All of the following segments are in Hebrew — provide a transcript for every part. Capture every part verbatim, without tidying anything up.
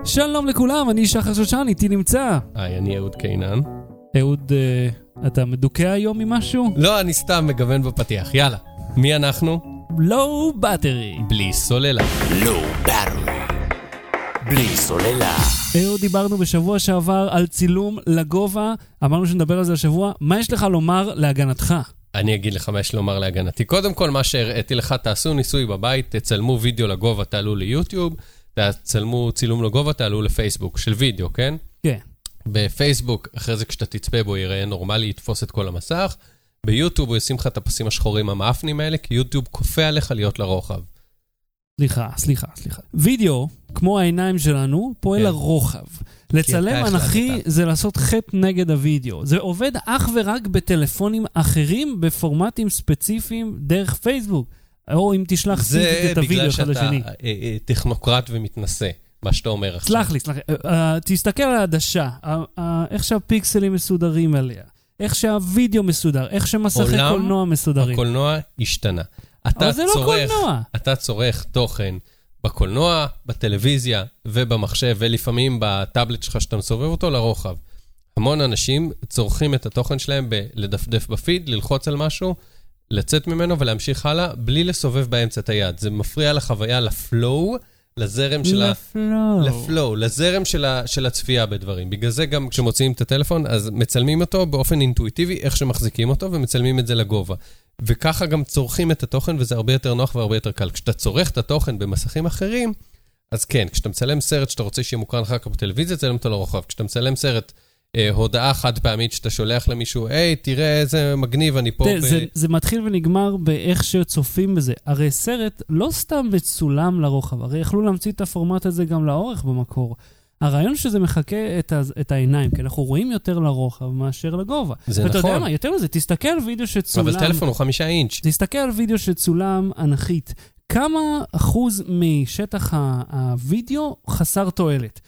שלום לכולם, אני שחר שושן, איתי נמצא. היי, אני אהוד קינן. אהוד, אתה מדוכא היום ממשהו? לא, אני סתם מגוון בפתיח. יאללה, מי אנחנו? לואו בטרי. בלי סוללה. לואו בטרי. בלי סוללה. אהוד, דיברנו בשבוע שעבר על צילום לגובה, אמרנו שנדבר על זה השבוע. מה יש לך לומר להגנתך? אני אגיד לך מה יש לומר להגנתי. קודם כל, מה שהראיתי לך, תעשו ניסוי בבית, תצלמו וידאו לגובה, תעלו ליוטיוב, תצלמו צילום לגובה, תעלו לפייסבוק, של וידאו, כן? כן. בפייסבוק, אחרי זה כשאתה תצפה בו, יראה נורמלי, יתפוס את כל המסך. ביוטיוב הוא ישים לך את הפסים השחורים המאפנים האלה, כי יוטיוב כופה עליך להיות לרוחב. סליחה, סליחה, סליחה. וידאו, כמו העיניים שלנו, פועל לרוחב. לצלם אנכי זה לעשות חטא נגד הוידאו. זה עובד אך ורק בטלפונים אחרים, בפורמטים ספציפיים, דרך פייסבוק. או אם תשלח פיזית את הוידאו אחד לשני. זה בגלל שאתה טכנוקרט ומתנסה, מה שאתה אומר עכשיו. סלח לי, סלח לי. תסתכל על העדשה, איך שהפיקסלים מסודרים עליה, איך שהוידאו מסודר, איך שמסכי קולנוע מסודרים. הקולנוע השתנה. אבל זה לא קולנוע. אתה צורך תוכן בקולנוע, בטלוויזיה ובמחשב, ולפעמים בטאבלט שלך שאתה מסובב אותו לרוחב. המון אנשים צורכים את התוכן שלהם בלדפדף בפיד, ללחוץ על משהו, לצאת ממנו ולהמשיך הלאה, בלי לסובב באמצע את היד. זה מפריע לחוויה, לפלואו, לזרם של לפלואו. לפלואו, לזרם של, ה... של הצפייה בדברים. בגלל זה גם כשמוציאים את הטלפון, אז מצלמים אותו באופן אינטואיטיבי, איך שמחזיקים אותו, ומצלמים את זה לגובה. וככה גם צורכים את התוכן, וזה הרבה יותר נוח והרבה יותר קל. כשאתה צורך את התוכן במסכים אחרים, אז כן, כשאתה מצלם סרט שאתה רוצה שיהיה מוקרן אחר כך בטלוויזיה, צלם אותו לרוחב. כשאתה מצלם סרט, אה, הודעה חד פעמית שאתה שולח למישהו, היי, תראה איזה מגניב, אני פה... ב... זה, זה מתחיל ונגמר באיך שצופים בזה. הרי סרט לא סתם מצולם לרוחב, הרי יכלו להמציא את הפורמט הזה גם לאורך במקור. הרעיון שזה מחכה את, ה, את העיניים, כי אנחנו רואים יותר לרוחב מאשר לגובה. זה ואתה נכון. יודע מה, יותר מזה, תסתכל על וידאו שצולם... אבל טלפון הוא חמישה אינץ'. תסתכל על וידאו שצולם אנכית. כמה אחוז משטח הוידאו חסר תועלת?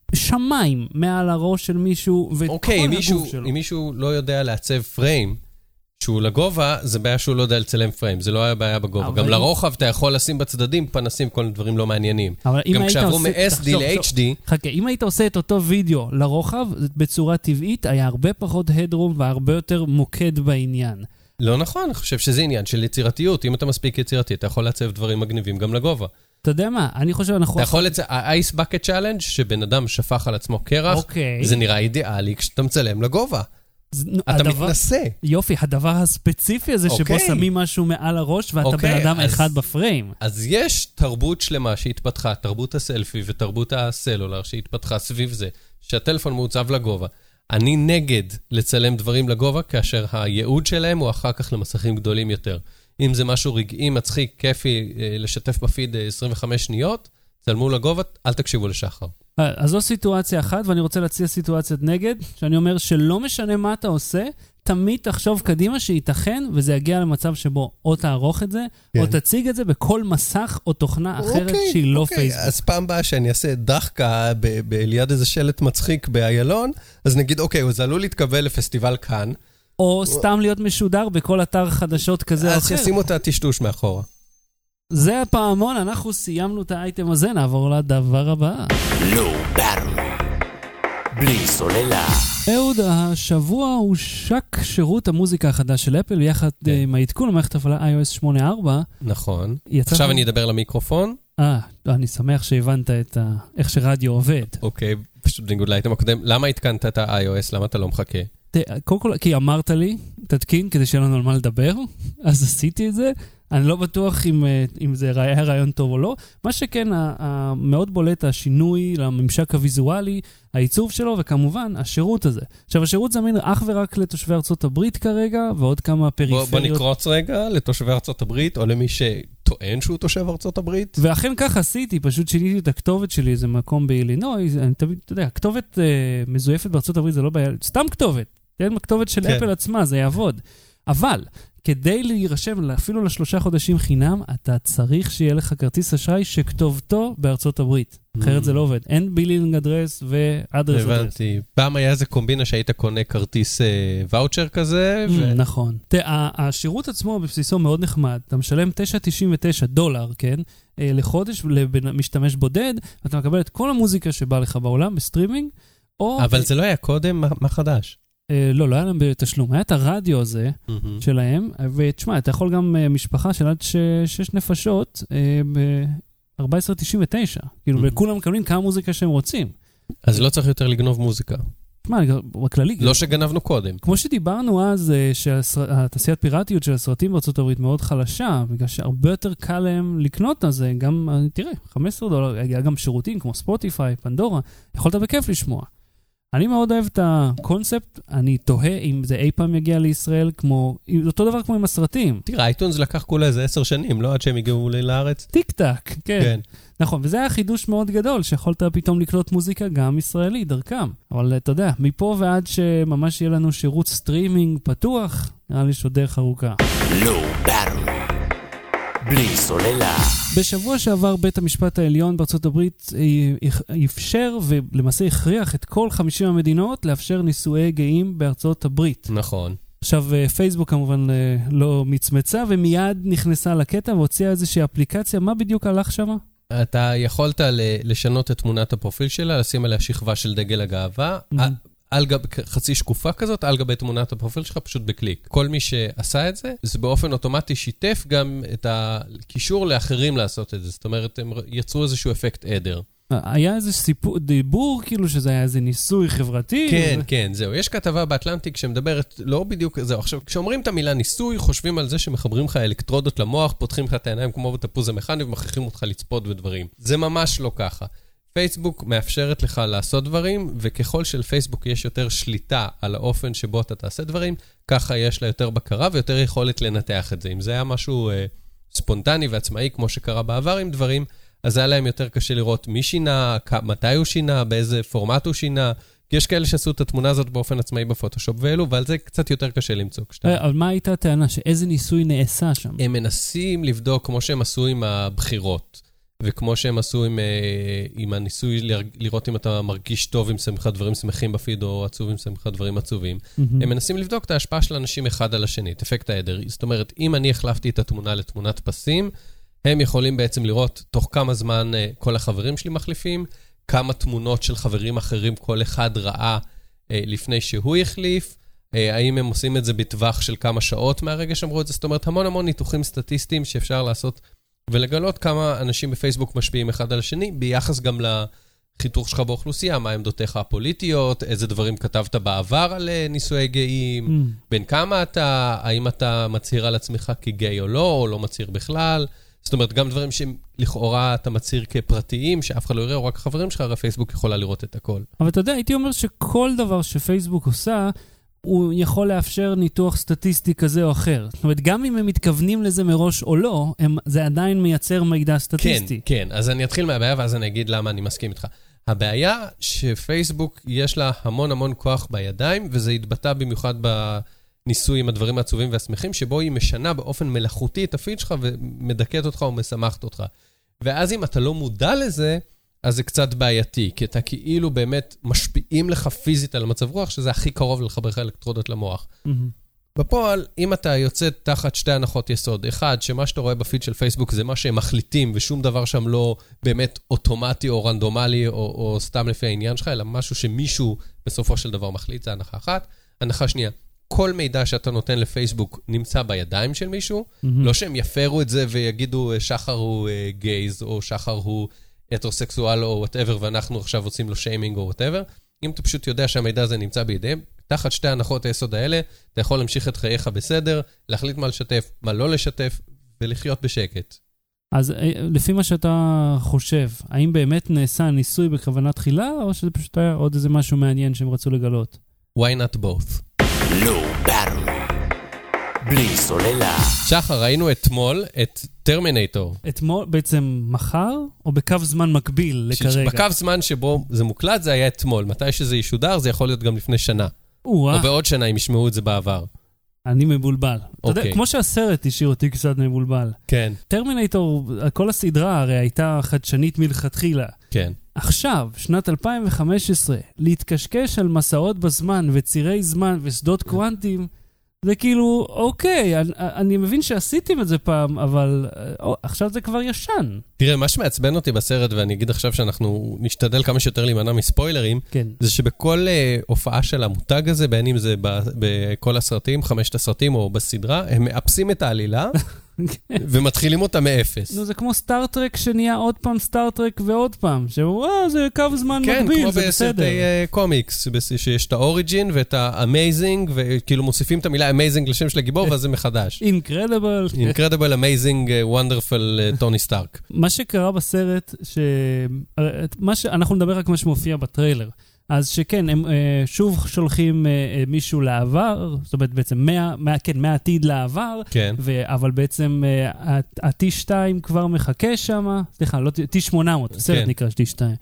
שמיים מעל הראש של מישהו וכל אוקיי, הגוף מישהו, שלו. אם מישהו לא יודע לעצב פריים, שהוא לגובה, זה בעיה שהוא לא יודע לצלם פריים, זה לא היה בעיה בגובה. גם לרוחב אתה יכול לשים בצדדים פנסים, כל דברים לא מעניינים. גם כשעברו מ-אס די ל-אייץ' די... חכה, אם היית עושה את אותו וידאו לרוחב, בצורה טבעית, היה הרבה פחות הדרום והרבה יותר מוקד בעניין. לא נכון, אני חושב שזה עניין של יצירתיות. אם אתה מספיק יצירתי, אתה יכול לעצב דברים מגניבים גם לגובה. אתה יודע מה? אני חושב אנחנו... אתה יכול לצלם, ה-Ice Bucket Challenge, שבן אדם שפך על עצמו קרח, זה נראה אידיאלי כשאתה מצלם לגובה. אתה מתנסה. יופי, הדבר הספציפי הזה שבו שמים משהו מעל הראש, ואתה בן אדם אחד בפריים. אז יש תרבות שלמה שהתפתחה, תרבות הסלפי ותרבות הסלולר שהתפתחה סביב זה, שהטלפון מעוצב לגובה. אני נגד לצלם דברים לגובה, כאשר הייעוד שלהם הוא אחר כך למסכים גדולים יותר. אם זה משהו רגעי, מצחיק, כיפי, לשתף בפיד עשרים וחמש שניות, צלמו לגובה, אל תקשיבו לשחר. אז זו סיטואציה אחת, ואני רוצה להציע סיטואציית נגד, שאני אומר שלא משנה מה אתה עושה, תמיד תחשוב קדימה שייתכן, וזה יגיע למצב שבו או תערוך את זה, כן. או תציג את זה בכל מסך או תוכנה אחרת אוקיי, שהיא לא אוקיי. פייסבוק. אז פעם באה שאני אעשה דחקה ב- ב- ליד איזה שלט מצחיק באיילון, אז נגיד, אוקיי, אז עלול להתקבל לפסטיבל כאן. או סתם להיות משודר בכל אתר חדשות כזה או אחר. אז שימו את הטשטוש מאחורה. זה הפעמון, אנחנו סיימנו את האייטם הזה, נעבור לדבר הבא. לואו בטרי. בלי סוללה. אהוד, השבוע הוא שק שירות המוזיקה החדש של אפל, יחד עם העדכון למערכת הפעלה איי או אס שמונה נקודה ארבע. נכון. עכשיו אני אדבר למיקרופון. אה, אני שמח שהבנת את איך שרדיו עובד. אוקיי, פשוט בניגוד לאייטם הקודם. למה התקנת את ה-איי או אס? למה אתה לא מחכה? קודם כל, כי אמרת לי, תתקין כדי שיהיה לנו על מה לדבר, אז עשיתי את זה. אני לא בטוח אם, אם זה היה רעיון טוב או לא. מה שכן, מאוד בולט השינוי לממשק הוויזואלי, העיצוב שלו, וכמובן, השירות הזה. עכשיו, השירות זמין אך ורק לתושבי ארצות הברית כרגע, ועוד כמה פריפריות. בוא, בוא נקרוץ רגע לתושבי ארצות הברית, או למי שטוען שהוא תושב ארצות הברית. ואכן כך עשיתי, פשוט שיניתי את הכתובת שלי, זה מקום באילינוי, אני תמיד, אתה יודע, הכתובת אה, מזויפת בארצות הברית זה לא בעיה, סתם כתובת. תהיה כתובת של כן. אפל עצמה, זה יעבוד. אבל כדי להירשם אפילו לשלושה חודשים חינם, אתה צריך שיהיה לך כרטיס אשראי שכתובתו בארצות הברית. אחרת זה לא עובד. אין בילינג אדרס ואדרס אדרס. הבנתי. פעם היה איזה קומבינה שהיית קונה כרטיס ואוצ'ר כזה. נכון. השירות עצמו בבסיסו מאוד נחמד. אתה משלם תשע תשעים ותשע דולר, כן? לחודש למשתמש בודד, ואתה מקבל את כל המוזיקה שבא לך בעולם בסטרימינג. אבל זה לא היה קודם, מה חדש? לא, לא היה להם בתשלום. היה את הרדיו הזה שלהם, ותשמע, אתה יכול גם משפחה של עד שש נפשות ב-ארבע עשרה תשעים ותשע. כאילו, וכולם מקבלים כמה מוזיקה שהם רוצים. אז לא צריך יותר לגנוב מוזיקה. תשמע, בכללי... לא שגנבנו קודם. כמו שדיברנו אז, שהתעשיית פיראטיות של הסרטים בארצות הברית מאוד חלשה, בגלל שהרבה יותר קל להם לקנות את זה, גם, תראה, חמישה עשר דולר, היה גם שירותים כמו ספוטיפיי, פנדורה, יכולת בכיף לשמוע. אני מאוד אוהב את הקונספט, אני תוהה אם זה אי פעם יגיע לישראל, כמו, אותו דבר כמו עם הסרטים. תראה, אייטונס לקח כולה איזה עשר שנים, לא עד שהם הגיעו לארץ? טיק טק, כן. כן. נכון, וזה היה חידוש מאוד גדול, שיכולת פתאום לקלוט מוזיקה גם ישראלי, דרכם. אבל אתה יודע, מפה ועד שממש יהיה לנו שירות סטרימינג פתוח, נראה לי שעוד דרך ארוכה. Low Battery, בלי סוללה. בשבוע שעבר בית המשפט העליון בארצות הברית אפשר ולמעשה הכריח את כל חמישים המדינות לאפשר נישואי גאים בארצות הברית. נכון. עכשיו פייסבוק כמובן לא מצמצה ומיד נכנסה לקטע והוציאה איזושהי אפליקציה. מה בדיוק הלך שם? אתה יכולת לשנות את תמונת הפרופיל שלה, לשים עליה שכבה של דגל הגאווה, על גב, חצי שקופה כזאת, על גבי תמונת הפרופיל שלך, פשוט בקליק. כל מי שעשה את זה, זה באופן אוטומטי שיתף גם את הקישור לאחרים לעשות את זה. זאת אומרת, הם יצרו איזשהו אפקט עדר. היה איזה סיפור, דיבור, כאילו שזה היה איזה ניסוי חברתי? כן, ו... כן, זהו. יש כתבה באטלנטיק שמדברת, לא בדיוק, זהו. עכשיו, כשאומרים את המילה ניסוי, חושבים על זה שמחברים לך אלקטרודות למוח, פותחים לך את העיניים כמו בתפוז המכני, ומכריחים אותך לצפות בדברים. זה ממש לא ככה. פייסבוק מאפשרת לך לעשות דברים, וככל שלפייסבוק יש יותר שליטה על האופן שבו אתה תעשה דברים, ככה יש לה יותר בקרה ויותר יכולת לנתח את זה. אם זה היה משהו אה, ספונטני ועצמאי, כמו שקרה בעבר עם דברים, אז היה להם יותר קשה לראות מי שינה, מתי הוא שינה, באיזה פורמט הוא שינה. כי יש כאלה שעשו את התמונה הזאת באופן עצמאי בפוטושופ ואלו, ועל זה קצת יותר קשה למצוא. אבל מה הייתה הטענה? שאיזה ניסוי נעשה שם? הם מנסים לבדוק כמו שהם עשו עם הבחירות. וכמו שהם עשו עם, עם הניסוי לראות אם אתה מרגיש טוב עם שמחה דברים שמחים בפיד, או עצוב עם שמחה דברים עצובים, mm-hmm. הם מנסים לבדוק את ההשפעה של אנשים אחד על השני, את אפקט העדר. זאת אומרת, אם אני החלפתי את התמונה לתמונת פסים, הם יכולים בעצם לראות תוך כמה זמן כל החברים שלי מחליפים, כמה תמונות של חברים אחרים כל אחד ראה לפני שהוא החליף, האם הם עושים את זה בטווח של כמה שעות מהרגע שאמרו את זה. זאת אומרת, המון המון ניתוחים סטטיסטיים שאפשר לעשות ולגלות כמה אנשים בפייסבוק משפיעים אחד על השני, ביחס גם לחיתוך שלך באוכלוסייה, מה עמדותיך הפוליטיות, איזה דברים כתבת בעבר על נישואי גאים, mm. בין כמה אתה, האם אתה מצהיר על עצמך כגיי או לא, או לא מצהיר בכלל. זאת אומרת, גם דברים שלכאורה אתה מצהיר כפרטיים, שאף אחד לא יראה, או רק חברים שלך, הרי פייסבוק יכולה לראות את הכל. אבל אתה יודע, הייתי אומר שכל דבר שפייסבוק עושה, הוא יכול לאפשר ניתוח סטטיסטי כזה או אחר. זאת אומרת, גם אם הם מתכוונים לזה מראש או לא, הם, זה עדיין מייצר מידע סטטיסטי. כן, כן. אז אני אתחיל מהבעיה, ואז אני אגיד למה אני מסכים איתך. הבעיה שפייסבוק יש לה המון המון כוח בידיים, וזה התבטא במיוחד בניסוי עם הדברים העצובים והשמחים, שבו היא משנה באופן מלאכותי את הפיד שלך, ומדכאת אותך ומשמחת אותך. ואז אם אתה לא מודע לזה, אז זה קצת בעייתי, כי אתה כאילו באמת משפיעים לך פיזית על המצב רוח, שזה הכי קרוב לחבר לך אלקטרודות למוח. Mm-hmm. בפועל, אם אתה יוצא תחת שתי הנחות יסוד, אחד, שמה שאתה רואה בפיד של פייסבוק זה מה שהם מחליטים, ושום דבר שם לא באמת אוטומטי או רנדומלי, או, או סתם לפי העניין שלך, אלא משהו שמישהו בסופו של דבר מחליט, זה הנחה אחת. הנחה שנייה, כל מידע שאתה נותן לפייסבוק נמצא בידיים של מישהו, mm-hmm. לא שהם יפרו את זה ויגידו שחר הוא uh, גייז, או שחר הוא הטרוסקסואל או whatever, ואנחנו עכשיו עושים לו שיימינג או whatever. אם אתה פשוט יודע שהמידע הזה נמצא בידיהם, תחת שתי הנחות היסוד האלה, אתה יכול להמשיך את חייך בסדר, להחליט מה לשתף, מה לא לשתף, ולחיות בשקט. אז לפי מה שאתה חושב, האם באמת נעשה ניסוי בכוונה תחילה, או שזה פשוט היה עוד איזה משהו מעניין שהם רצו לגלות? Why not both? Low Battery, בלי סוללה. שחר, ראינו אתמול את טרמינטור. אתמול בעצם מחר, או בקו זמן מקביל לכרגע? בקו זמן שבו זה מוקלט, זה היה אתמול. מתי שזה ישודר, זה יכול להיות גם לפני שנה. או בעוד שנה, אם ישמעו את זה בעבר. אני מבולבל. אתה יודע, אוקיי. כמו שהסרט השאיר אותי קצת מבולבל. כן, טרמינטור, כל הסדרה הרי הייתה חדשנית מלכתחילה. כן. עכשיו, שנת אלפיים וחמש עשרה, להתקשקש על מסעות בזמן וצירי זמן ושדות קוונטים, זה כאילו, אוקיי, אני, אני מבין שעשיתם את זה פעם, אבל או, עכשיו זה כבר ישן. תראה, מה שמעצבן אותי בסרט, ואני אגיד עכשיו שאנחנו נשתדל כמה שיותר להימנע מספוילרים, כן. זה שבכל uh, הופעה של המותג הזה, בין אם זה ב- בכל הסרטים, חמשת הסרטים או בסדרה, הם מאפסים את העלילה, ומתחילים אותה מאפס. נו, זה כמו סטארטרק שנהיה עוד פעם סטארטרק ועוד פעם, שוואו, זה קו זמן כן, מקביל, כמו זה בסדר. בסרטי uh, קומיקס, בס- שיש את האוריג'ין ואת האמייזינג, וכאילו מוסיפים את המילה אמייזינג לשם של הגיבור, ואז זה מחדש. אינקרדיבל. Incredible, amazing, uh, wonderful, טוני סטארק. מה שקרה בסרט, ש... מה ש... אנחנו נדבר רק מה שמופיע בטריילר. אז שכן, הם אה, שוב שולחים אה, אה, מישהו לעבר, זאת אומרת בעצם מה, מה, כן, מהעתיד לעבר, כן. ו... אבל בעצם אה, ה-טי שתיים כבר מחכה שם, סליחה, לא טי שמונה מאות, הסרט כן. נקרא טי שתיים.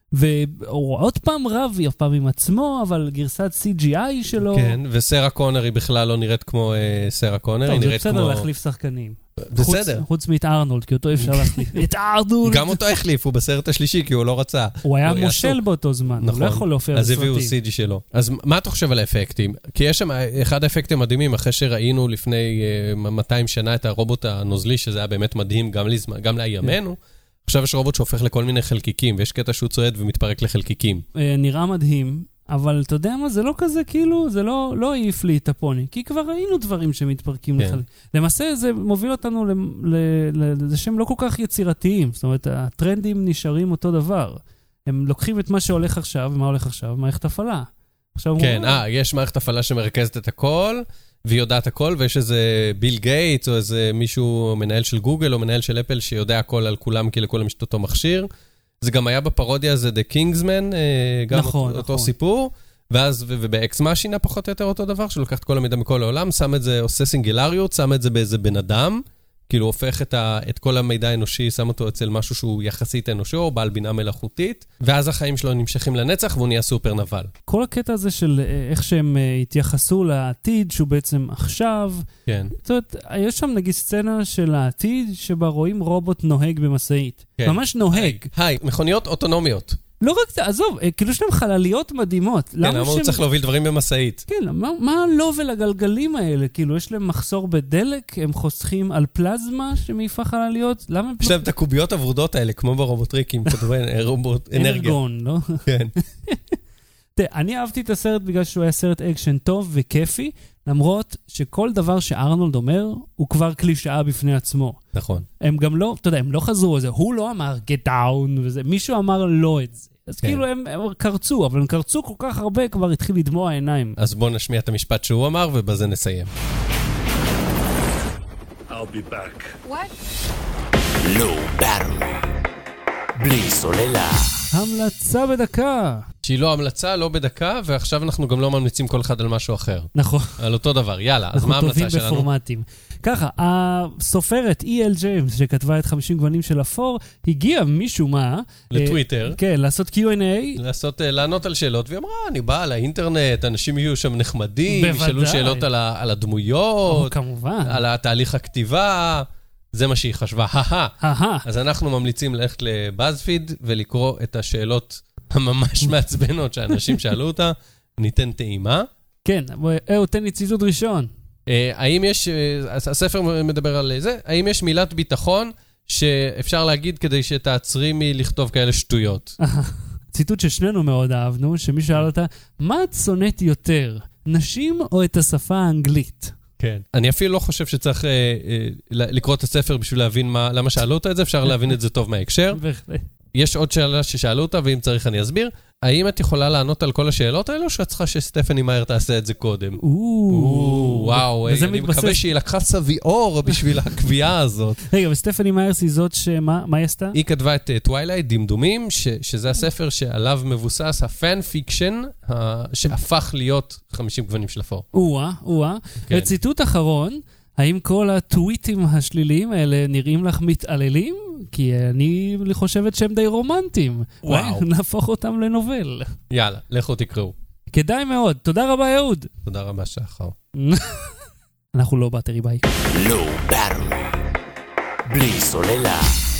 והוא עוד פעם רב, אף פעם עם עצמו, אבל גרסת סי ג'י איי שלו... כן, וסרה קונר היא בכלל לא נראית כמו אה, סרה קונר, היא טוב, זה נראית כמו... בסדר להחליף שחקנים. בסדר. חוץ, חוץ מאת ארנולד, כי אותו אפשר להחליף. את ארנולד! גם אותו החליף, הוא בסרט השלישי, כי הוא לא רצה. הוא היה הוא היה מושל סוג. באותו זמן, נכון. הוא לא יכול להופיע אז בסרטים. הביאו סי ג'י שלו. אז מה אתה חושב על האפקטים? כי יש שם אחד האפקטים מדהימים, אחרי שראינו לפני uh, מאתיים שנה את הרובוט הנוזלי, שזה היה באמת מדהים גם, לזמן, גם לימינו, עכשיו יש רובוט שהופך לכל מיני חלקיקים, ויש קטע שהוא צועד ומתפרק לחלקיקים. אה, נראה מדהים, אבל אתה יודע מה, זה לא כזה כאילו, זה לא, לא העיף לי את הפוני, כי כבר ראינו דברים שמתפרקים כן. לחלק. למעשה זה מוביל אותנו לזה שהם לא כל כך יצירתיים, זאת אומרת, הטרנדים נשארים אותו דבר. הם לוקחים את מה שהולך עכשיו, ומה הולך עכשיו? מערכת הפעלה. עכשיו כן, הוא... אה, יש מערכת הפעלה שמרכזת את הכל, והיא יודעת הכל, ויש איזה ביל גייטס, או איזה מישהו, מנהל של גוגל, או מנהל של אפל, שיודע הכל על כולם, כי לכולם יש אותו מכשיר. זה גם היה בפרודיה הזה, The Kingsman, גם נכון, אותו, אותו נכון. סיפור, ואז, ובאקס מאשינה פחות או יותר אותו דבר, שלוקח את כל המידע מכל העולם, שם את זה, עושה סינגלריות, שם את זה באיזה בן אדם, כאילו הופך את, ה, את כל המידע האנושי, שם אותו אצל משהו שהוא יחסית אנושי, או בעל בינה מלאכותית, ואז החיים שלו נמשכים לנצח, והוא נהיה סופר נבל. כל הקטע הזה של איך שהם התייחסו לעתיד, שהוא בעצם עכשיו, כן. זאת אומרת, יש שם נגיד סצנה של העתיד, שבה רואים רובוט נוהג במשאית. כן. ממש נוהג. היי, מכוניות אוטונומיות. לא רק זה, עזוב, כאילו יש להם חלליות מדהימות. כן, למה הוא צריך להוביל דברים במשאית? כן, מה, מה לא ולגלגלים האלה? כאילו, יש להם מחסור בדלק, הם חוסכים על פלזמה שמעיפה חלליות? למה הם... יש להם את הקוביות הוורודות האלה, כמו ברובוטריקים, כדורי רובוט אנרגיה. אנרגון, לא? כן. תראה, אני אהבתי את הסרט בגלל שהוא היה סרט אקשן טוב וכיפי, למרות שכל דבר שארנולד אומר, הוא כבר קלישאה בפני עצמו. נכון. הם גם לא, אתה יודע, הם לא חזרו על זה, הוא לא אמר get down וזה, מישהו אמר לא את זה. אז כן. כאילו הם, הם קרצו, אבל הם קרצו כל כך הרבה, כבר התחיל לדמוע העיניים. אז בואו נשמיע את המשפט שהוא אמר, ובזה נסיים. I'll be back. What? Low battery. בלי סוללה. המלצה בדקה. שהיא לא המלצה, לא בדקה, ועכשיו אנחנו גם לא ממליצים כל אחד על משהו אחר. נכון. על אותו דבר, יאללה, אז מה ההמלצה שלנו? אנחנו טובים בפורמטים. ככה, הסופרת אי אל ג'יימס, שכתבה את חמישים גוונים של אפור, הגיעה מישהו מה... לטוויטר. אה, כן, לעשות קיו אנד איי. לעשות, לענות על שאלות, והיא אמרה, אני באה לאינטרנט, אנשים יהיו שם נחמדים, בוודאי. ישאלו שאלות על, ה, על הדמויות, או, כמובן. על התהליך הכתיבה, זה מה שהיא חשבה, הא אהה. אז אנחנו ממליצים ללכת לבאזפיד ולקרוא את השאלות הממש מעצבנות שהאנשים שאלו אותה, ניתן טעימה. כן, אהו, תן לי ציטוט ראשון. האם יש, הספר מדבר על זה, האם יש מילת ביטחון שאפשר להגיד כדי שתעצרי מלכתוב כאלה שטויות? ציטוט ששנינו מאוד אהבנו, שמי שאל אותה, מה את שונאת יותר, נשים או את השפה האנגלית? כן. אני אפילו לא חושב שצריך אה, אה, לקרוא את הספר בשביל להבין מה, למה שאלו אותה את זה, אפשר להבין את זה טוב מההקשר. בהחלט. יש עוד שאלה ששאלו אותה, ואם צריך אני אסביר. האם את יכולה לענות על כל השאלות האלו, שאת צריכה שסטפני מאייר תעשה את זה קודם? וואו, אני מקווה שהיא לקחה סביעור בשביל הקביעה הזאת. רגע, וסטפני מאיירס היא זאת שמה, מה היא עשתה? היא כתבה את טווילייט, דמדומים, שזה הספר שעליו מבוסס הפן פיקשן, שהפך להיות חמישים גוונים של אפור. או-אה, או-אה. וציטוט אחרון, האם כל הטוויטים השליליים האלה נראים לך מתעללים? כי אני חושבת שהם די רומנטיים. וואו. נהפוך אותם לנובל. יאללה, לכו תקראו. כדאי מאוד. תודה רבה, יהוד. תודה רבה, שחר. אנחנו לא באטרי, ביי. לואו באטרי. בלי סוללה.